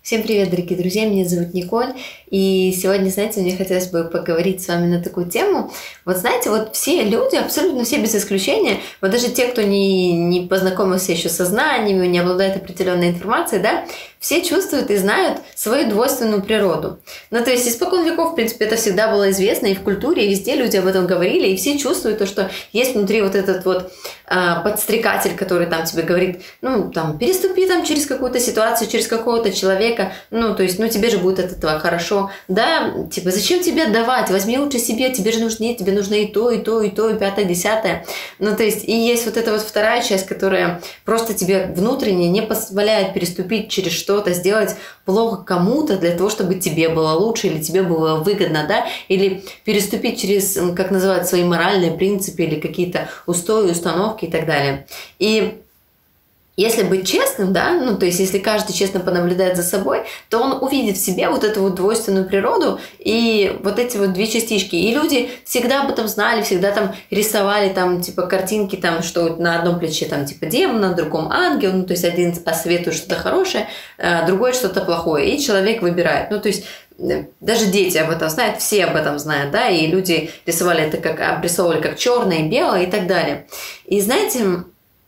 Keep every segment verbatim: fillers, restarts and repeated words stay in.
Всем привет, дорогие друзья, меня зовут Николь, и сегодня, знаете, мне хотелось бы поговорить с вами на такую тему. Вот знаете, вот все люди, абсолютно все без исключения, вот даже те, кто не, не познакомился еще со знаниями, не обладает определенной информацией, да, все чувствуют и знают свою двойственную природу. Ну, то есть испокон веков, в принципе, это всегда было известно, и в культуре, и везде люди об этом говорили, и все чувствуют то, что есть внутри вот этот вот а, подстрекатель, который там тебе говорит, ну, там, переступи там через какую-то ситуацию, через какого-то человека, ну, то есть, ну, тебе же будет от этого хорошо, да, типа, зачем тебе отдавать, возьми лучше себе, тебе же нужнее, тебе нужно и то, и то, и то, и пятое, десятое, ну, то есть, и есть вот эта вот вторая часть, которая просто тебе внутренне не позволяет переступить через что-то, сделать плохо кому-то для того, чтобы тебе было лучше, или тебе было выгодно, да, или переступить через, как называют, свои моральные принципы, или какие-то устои, установки и так далее. И если быть честным, да, ну, то есть, если каждый честно понаблюдает за собой, то он увидит в себе вот эту вот двойственную природу и вот эти вот две частички. И люди всегда об этом знали, всегда там рисовали там, типа, картинки, там, что на одном плече там, типа, демон, на другом ангел, ну, то есть, один посоветует что-то хорошее, а другой что-то плохое, и человек выбирает. Ну, то есть, даже дети об этом знают, все об этом знают, да, и люди рисовали это как, обрисовывали как черное и белое и так далее. И знаете,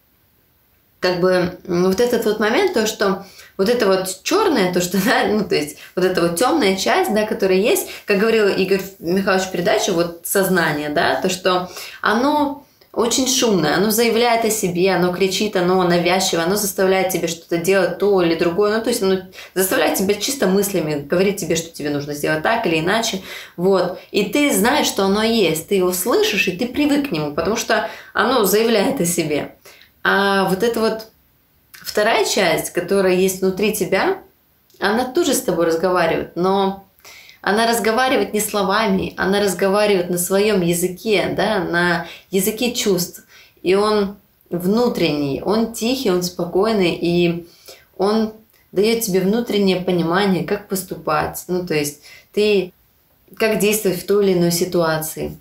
как бы вот этот вот момент, то, что вот это вот черное, то, что, да, ну, то есть вот эта вот темная часть, да, которая есть, как говорил Игорь Михайлович в передаче, вот сознание, да, то, что оно очень шумное, оно заявляет о себе, оно кричит, оно навязчиво, оно заставляет тебя что-то делать, то или другое, ну, то есть оно заставляет тебя чисто мыслями говорить тебе, что тебе нужно сделать так или иначе, вот, и ты знаешь, что оно есть, ты его слышишь, и ты привык к нему, потому что оно заявляет о себе. А вот эта вот вторая часть, которая есть внутри тебя, она тоже с тобой разговаривает, но она разговаривает не словами, она разговаривает на своем языке, да, на языке чувств. И он внутренний, он тихий, он спокойный, и он дает тебе внутреннее понимание, как поступать. Ну, то есть ты как действовать в той или иной ситуации.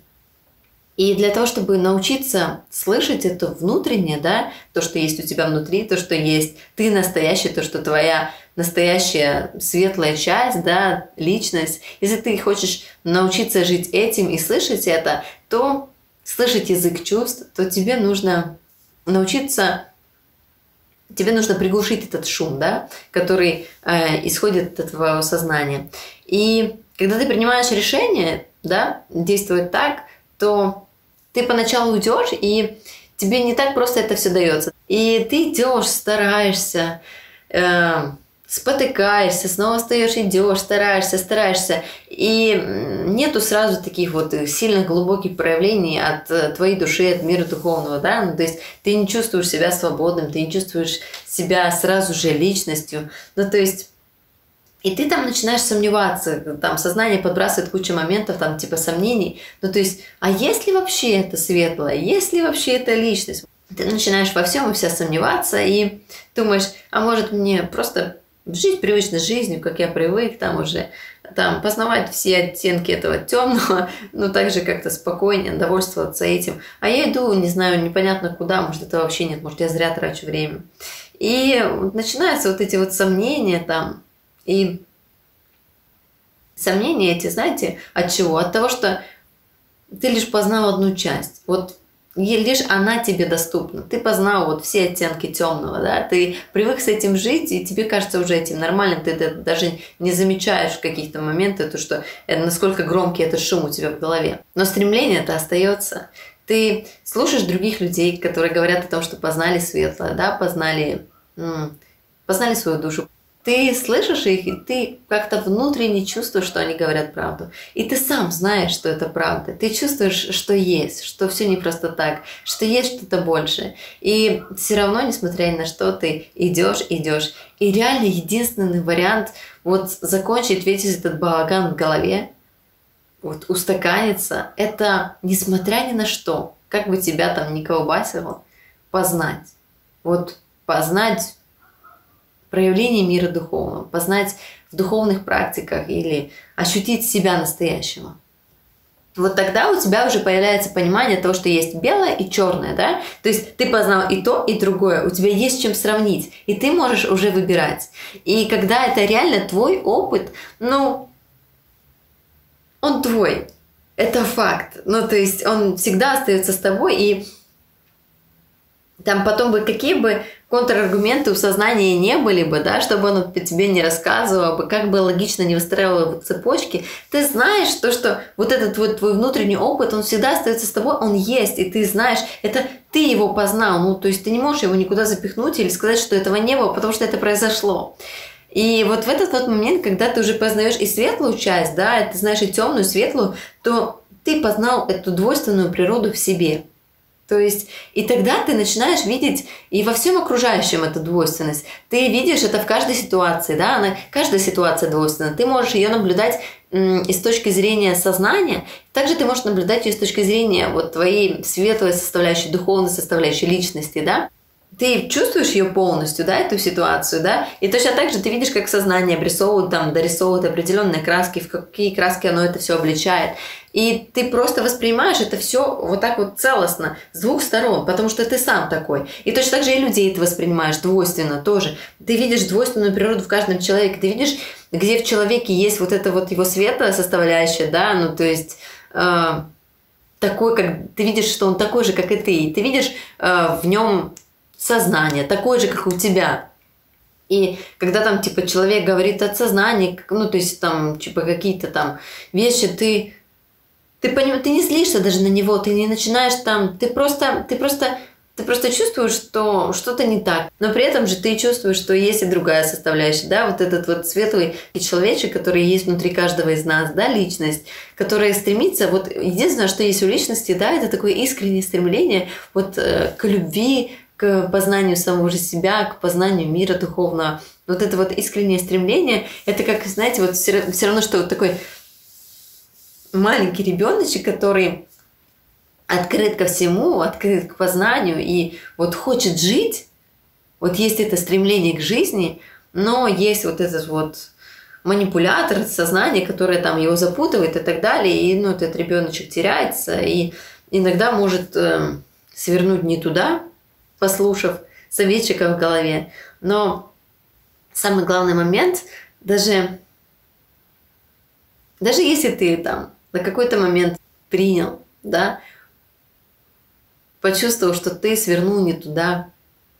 И для того, чтобы научиться слышать это внутреннее, да, то, что есть у тебя внутри, то, что есть ты настоящий, то, что твоя настоящая светлая часть, да, личность, если ты хочешь научиться жить этим и слышать это, то слышать язык чувств, то тебе нужно научиться, тебе нужно приглушить этот шум, да, который э, исходит от твоего сознания. И когда ты принимаешь решение, да, действовать так, то ты поначалу уйдешь, и тебе не так просто это все дается. И ты идешь, стараешься, э, спотыкаешься, снова встаешь, идешь, стараешься, стараешься. И нету сразу таких вот сильных глубоких проявлений от твоей души, от мира духовного, да. Ну, то есть ты не чувствуешь себя свободным, ты не чувствуешь себя сразу же личностью. Ну, то есть и ты там начинаешь сомневаться, там сознание подбрасывает кучу моментов, там типа сомнений. Ну то есть, а есть ли вообще это светлое, есть ли вообще это личность? Ты начинаешь во всем и вся сомневаться и думаешь, а может мне просто жить привычной жизнью, как я привык, там уже там познавать все оттенки этого темного, ну также как-то спокойнее, довольствоваться этим. А я иду, не знаю, непонятно куда, может это вообще нет, может я зря трачу время. И начинаются вот эти вот сомнения там. И сомнения эти, знаете, от чего? От того, что ты лишь познал одну часть. Вот лишь она тебе доступна. Ты познал вот все оттенки темного, да, ты привык с этим жить, и тебе кажется уже этим нормальным, ты это даже не замечаешь в каких-то моментах, то, что насколько громкий этот шум у тебя в голове. Но стремление это остается. Ты слушаешь других людей, которые говорят о том, что познали светлое, да, познали, познали свою душу. Ты слышишь их, и ты как-то внутренне чувствуешь, что они говорят правду. И ты сам знаешь, что это правда. Ты чувствуешь, что есть, что все не просто так, что есть что-то большее. И все равно, несмотря ни на что, ты идешь, идешь. И реально единственный вариант вот закончить весь этот балаган в голове, вот устаканиться, это, несмотря ни на что, как бы тебя там ни колбасило, познать. Вот познать проявление мира духовного, познать в духовных практиках или ощутить себя настоящего. вот тогда у тебя уже появляется понимание того, что есть белое и черное, да? То есть ты познал и то, и другое, у тебя есть с чем сравнить, и ты можешь уже выбирать. И когда это реально твой опыт, ну, он твой, это факт. Ну, то есть он всегда остается с тобой, и там потом бы какие бы контраргументы у сознания не были бы, да, чтобы оно тебе не рассказывало бы, как бы логично не выстраивало бы цепочки, ты знаешь то, что вот этот вот твой внутренний опыт, он всегда остается с тобой, он есть, и ты знаешь, это ты его познал, ну, то есть ты не можешь его никуда запихнуть или сказать, что этого не было, потому что это произошло. И вот в этот вот момент, когда ты уже познаешь и светлую часть, да, ты знаешь и темную, и светлую, то ты познал эту двойственную природу в себе. То есть, и тогда ты начинаешь видеть и во всем окружающем эту двойственность. Ты видишь это в каждой ситуации, да, она, каждая ситуация двойственна. Ты можешь ее наблюдать м, и с точки зрения сознания, также ты можешь наблюдать ее с точки зрения вот твоей светлой составляющей, духовной составляющей личности, да. Ты чувствуешь ее полностью, да, эту ситуацию, да, и точно так же ты видишь, как сознание обрисовывает, там, дорисовывает определенные краски, в какие краски оно это все обличает. И ты просто воспринимаешь это все вот так вот целостно, с двух сторон, потому что ты сам такой. И точно так же и людей ты воспринимаешь двойственно тоже. Ты видишь двойственную природу в каждом человеке, ты видишь, где в человеке есть вот эта вот его светлая составляющая, да, ну, то есть... Э, такой, как ты видишь, что он такой же, как и ты, и ты видишь э, в нем сознание, такое же, как у тебя. И когда там, типа, человек говорит от сознания, ну, то есть там, типа, какие-то там вещи, ты, ты, поним... ты не злишься даже на него, ты не начинаешь там, ты просто, ты просто, ты просто чувствуешь, что что-то не так. Но при этом же ты чувствуешь, что есть и другая составляющая, да, вот этот вот светлый человечек, который есть внутри каждого из нас, да, личность, которая стремится, вот единственное, что есть у личности, да, это такое искреннее стремление вот э, к любви, к познанию самого же себя, к познанию мира духовного. Вот это вот искреннее стремление, это как, знаете, вот все, все равно, что вот такой маленький ребеночек, который открыт ко всему, открыт к познанию и вот хочет жить, вот есть это стремление к жизни, но есть вот этот вот манипулятор сознания, который там его запутывает и так далее, и ну, этот ребеночек теряется и иногда может э, свернуть не туда, послушав советчика в голове. Но самый главный момент, даже, даже если ты там на какой-то момент принял, да, почувствовал, что ты свернул не туда,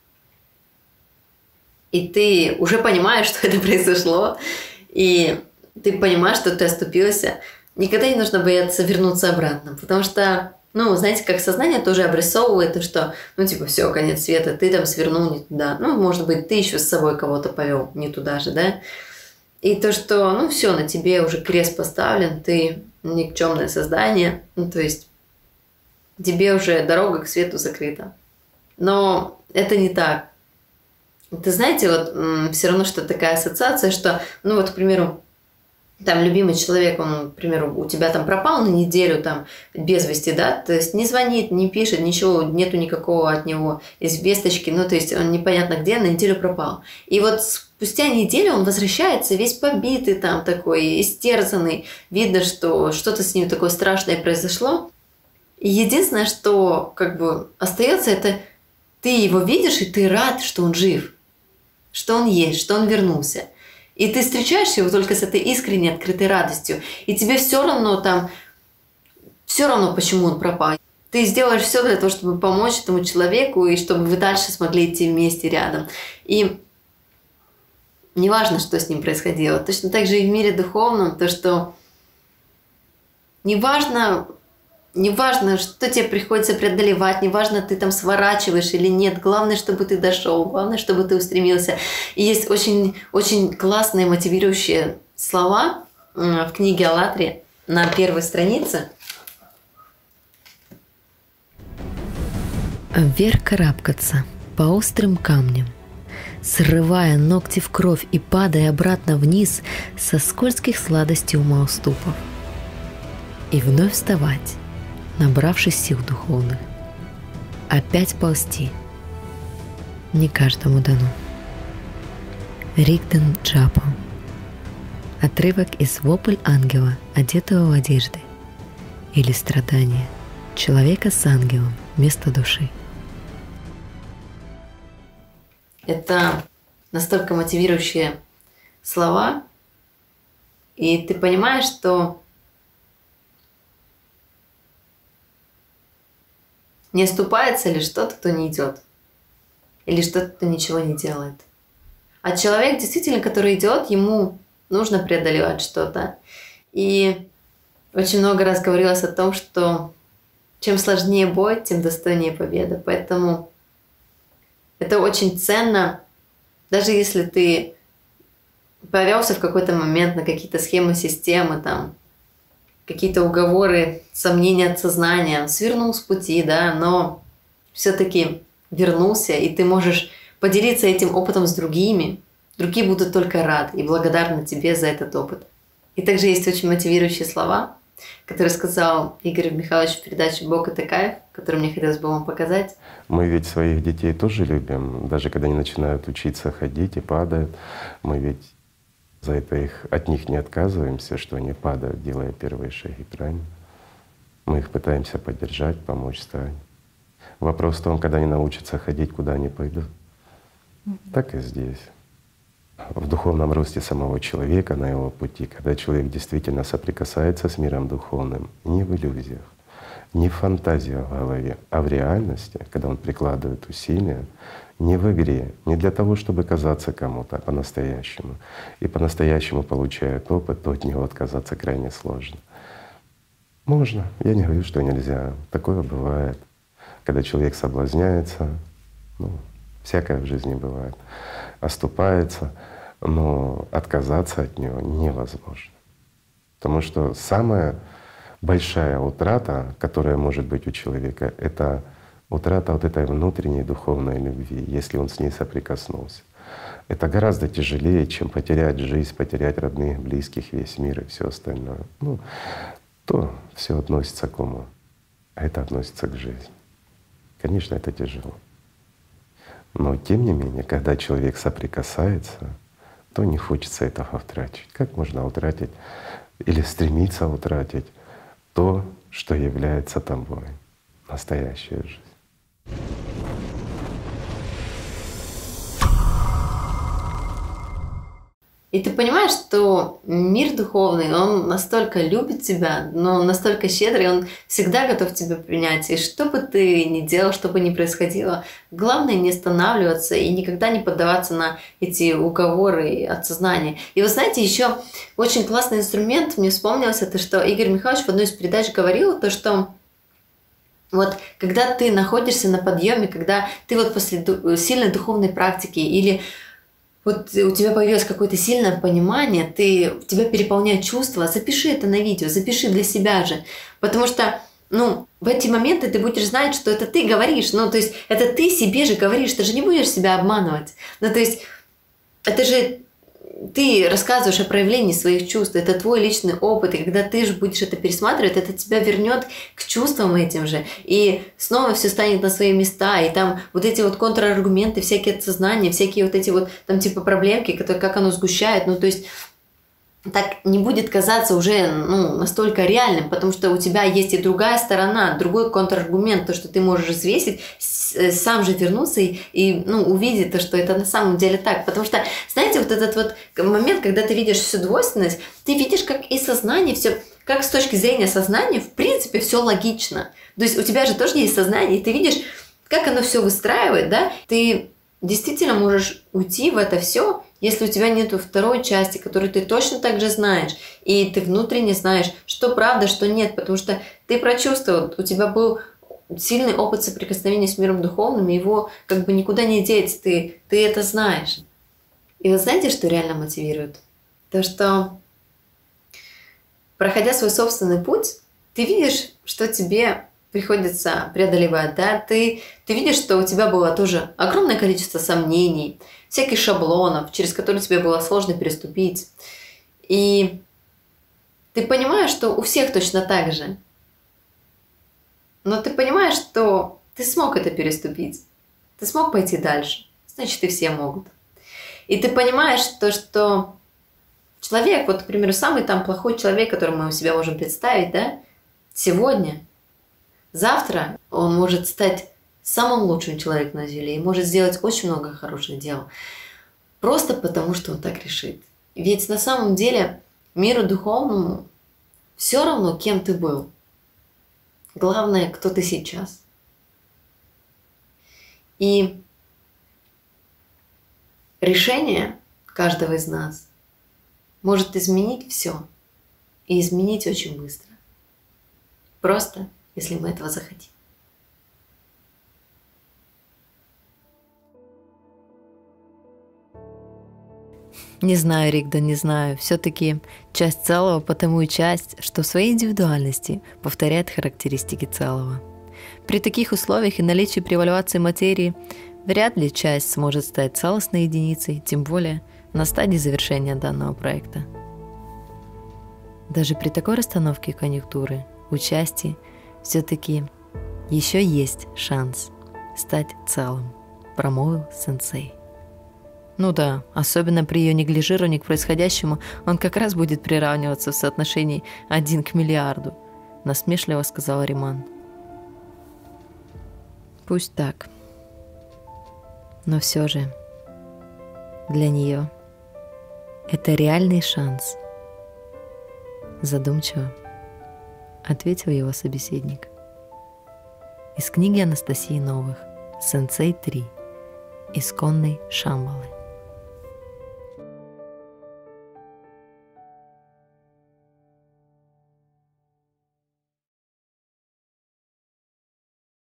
и ты уже понимаешь, что это произошло, и ты понимаешь, что ты оступился, никогда не нужно бояться вернуться обратно, потому что ну, знаете, как сознание тоже обрисовывает, то, что, ну, типа, все, конец света, ты там свернул не туда. Ну, может быть, ты еще с собой кого-то повел не туда же, да? И то, что, ну, все, на тебе уже крест поставлен, ты никчемное создание, ну, то есть тебе уже дорога к свету закрыта. Но это не так. Ты знаете, вот все равно, что такая ассоциация, что, ну, вот, к примеру, там любимый человек, он, к примеру, у тебя там пропал на неделю там без вести, да, то есть не звонит, не пишет, ничего, нету никакого от него известочки, ну, то есть он непонятно где, на неделю пропал. И вот спустя неделю он возвращается весь побитый там такой, истерзанный, видно, что что-то с ним такое страшное произошло. И единственное, что как бы остается, это ты его видишь, и ты рад, что он жив, что он есть, что он вернулся. И ты встречаешь его только с этой искренней, открытой радостью. И тебе все равно там, все равно, почему он пропал. Ты сделаешь все для того, чтобы помочь этому человеку, и чтобы вы дальше смогли идти вместе рядом. И неважно, что с ним происходило. Точно так же и в мире духовном, то, что неважно, неважно, что тебе приходится преодолевать, неважно, ты там сворачиваешь или нет, главное, чтобы ты дошел, главное, чтобы ты устремился. И есть очень, очень классные мотивирующие слова в книге «АЛЛАТРА» на первой странице. Вверх карабкаться по острым камням, срывая ногти в кровь и падая обратно вниз со скользких сладостей ума уступов. И вновь вставать, набравшись сил духовных, опять ползти. Не каждому дано. Ригден Джапа. Отрывок из «Вопль ангела, одетого в одежды». или страдания, человека с ангелом вместо души. Это настолько мотивирующие слова, и ты понимаешь, что не оступается ли что-то, кто не идет, или что-то, кто ничего не делает. А человек, действительно, который идет, ему нужно преодолевать что-то. И очень много раз говорилось о том, что чем сложнее бой, тем достойнее победа. Поэтому это очень ценно, даже если ты повелся в какой-то момент на какие-то схемы, системы, там, какие-то уговоры, сомнения от сознания, свернул с пути, да, но все-таки вернулся, и ты можешь поделиться этим опытом с другими. Другие будут только рады и благодарны тебе за этот опыт. И также есть очень мотивирующие слова, которые сказал Игорь Михайлович в передаче «Бог — это кайф», которые мне хотелось бы вам показать. Мы ведь своих детей тоже любим, даже когда они начинают учиться ходить и падают, мы ведь за это их, от них не отказываемся, что они падают, делая первые шаги, правильно? Мы их пытаемся поддержать, помочь встать. Вопрос в том, когда они научатся ходить, куда они пойдут. Mm-hmm. Так и здесь. В духовном росте самого человека, на его пути, когда человек действительно соприкасается с миром духовным, не в иллюзиях, не в фантазиях в голове, а в реальности, когда он прикладывает усилия, не в игре, не для того, чтобы казаться кому-то, а по-настоящему. И по-настоящему получает опыт, то от него отказаться крайне сложно. Можно, я не говорю, что нельзя. Такое бывает, когда человек соблазняется, ну, всякое в жизни бывает, оступается, но отказаться от него невозможно. Потому что самая большая утрата, которая может быть у человека, это утрата вот этой внутренней духовной любви, если он с ней соприкоснулся. Это гораздо тяжелее, чем потерять жизнь, потерять родных, близких, весь мир и все остальное. Ну, то все относится к уму, а это относится к жизни. Конечно, это тяжело. Но тем не менее, когда человек соприкасается, то не хочется этого утратить. Как можно утратить или стремиться утратить то, что является тобой, настоящая жизнь? И ты понимаешь, что мир духовный, он настолько любит тебя, но настолько щедрый, он всегда готов тебя принять. И что бы ты ни делал, что бы ни происходило, главное не останавливаться и никогда не поддаваться на эти уговоры от сознания. И вы знаете, еще очень классный инструмент, мне вспомнилось это, что Игорь Михайлович в одной из передач говорил, то, что вот когда ты находишься на подъеме, когда ты вот после сильной духовной практики или вот у тебя появилось какое-то сильное понимание, ты, тебя переполняют чувства, запиши это на видео, запиши для себя же. Потому что, ну, в эти моменты ты будешь знать, что это ты говоришь. Ну, то есть это ты себе же говоришь, ты же не будешь себя обманывать. Ну, то есть это же ты рассказываешь о проявлении своих чувств, это твой личный опыт, и когда ты же будешь это пересматривать, это тебя вернет к чувствам этим же, и снова все станет на свои места, и там вот эти вот контраргументы, всякие от сознания, всякие вот эти вот там типа проблемки, которые, как оно сгущает, ну то есть так не будет казаться уже ну, настолько реальным, потому что у тебя есть и другая сторона, другой контраргумент, то, что ты можешь взвесить, сам же вернуться и, и ну, увидеть то, что это на самом деле так. Потому что, знаете, вот этот вот момент, когда ты видишь всю двойственность, ты видишь, как и сознание, все, как с точки зрения сознания, в принципе, все логично. То есть у тебя же тоже есть сознание, и ты видишь, как оно все выстраивает, да? Ты действительно можешь уйти в это все, если у тебя нету второй части, которую ты точно так же знаешь, и ты внутренне знаешь, что правда, что нет, потому что ты прочувствовал, у тебя был сильный опыт соприкосновения с миром духовным, и его как бы никуда не деть, ты, ты это знаешь. И вот знаете, что реально мотивирует? То, что проходя свой собственный путь, ты видишь, что тебе приходится преодолевать, да, ты, ты видишь, что у тебя было тоже огромное количество сомнений, всяких шаблонов, через которые тебе было сложно переступить. И ты понимаешь, что у всех точно так же. Но ты понимаешь, что ты смог это переступить, ты смог пойти дальше, значит, и все могут. И ты понимаешь то, что человек, вот, к примеру, самый там плохой человек, который мы у себя можем представить, да, сегодня, завтра он может стать самым лучшим человеком на Земле и может сделать очень много хороших дел. Просто потому, что он так решит. Ведь на самом деле миру духовному все равно, кем ты был. Главное, кто ты сейчас. И решение каждого из нас может изменить все. И изменить очень быстро. Просто, если мы этого захотим. Не знаю, Ригда, не знаю. Все-таки часть целого, потому и часть, что в своей индивидуальности повторяет характеристики целого. При таких условиях и наличии превалюации материи вряд ли часть сможет стать целостной единицей, тем более на стадии завершения данного проекта. Даже при такой расстановке конъюнктуры у части все-таки еще есть шанс стать целым, промолвил сенсей. Ну да, особенно при ее неглижировании к происходящему он как раз будет приравниваться в соотношении один к миллиарду, насмешливо сказал Риман. Пусть так. Но все же для нее это реальный шанс. Задумчиво ответил его собеседник. Из книги Анастасии Новых «Сенсей три. Исконной Шамбалы».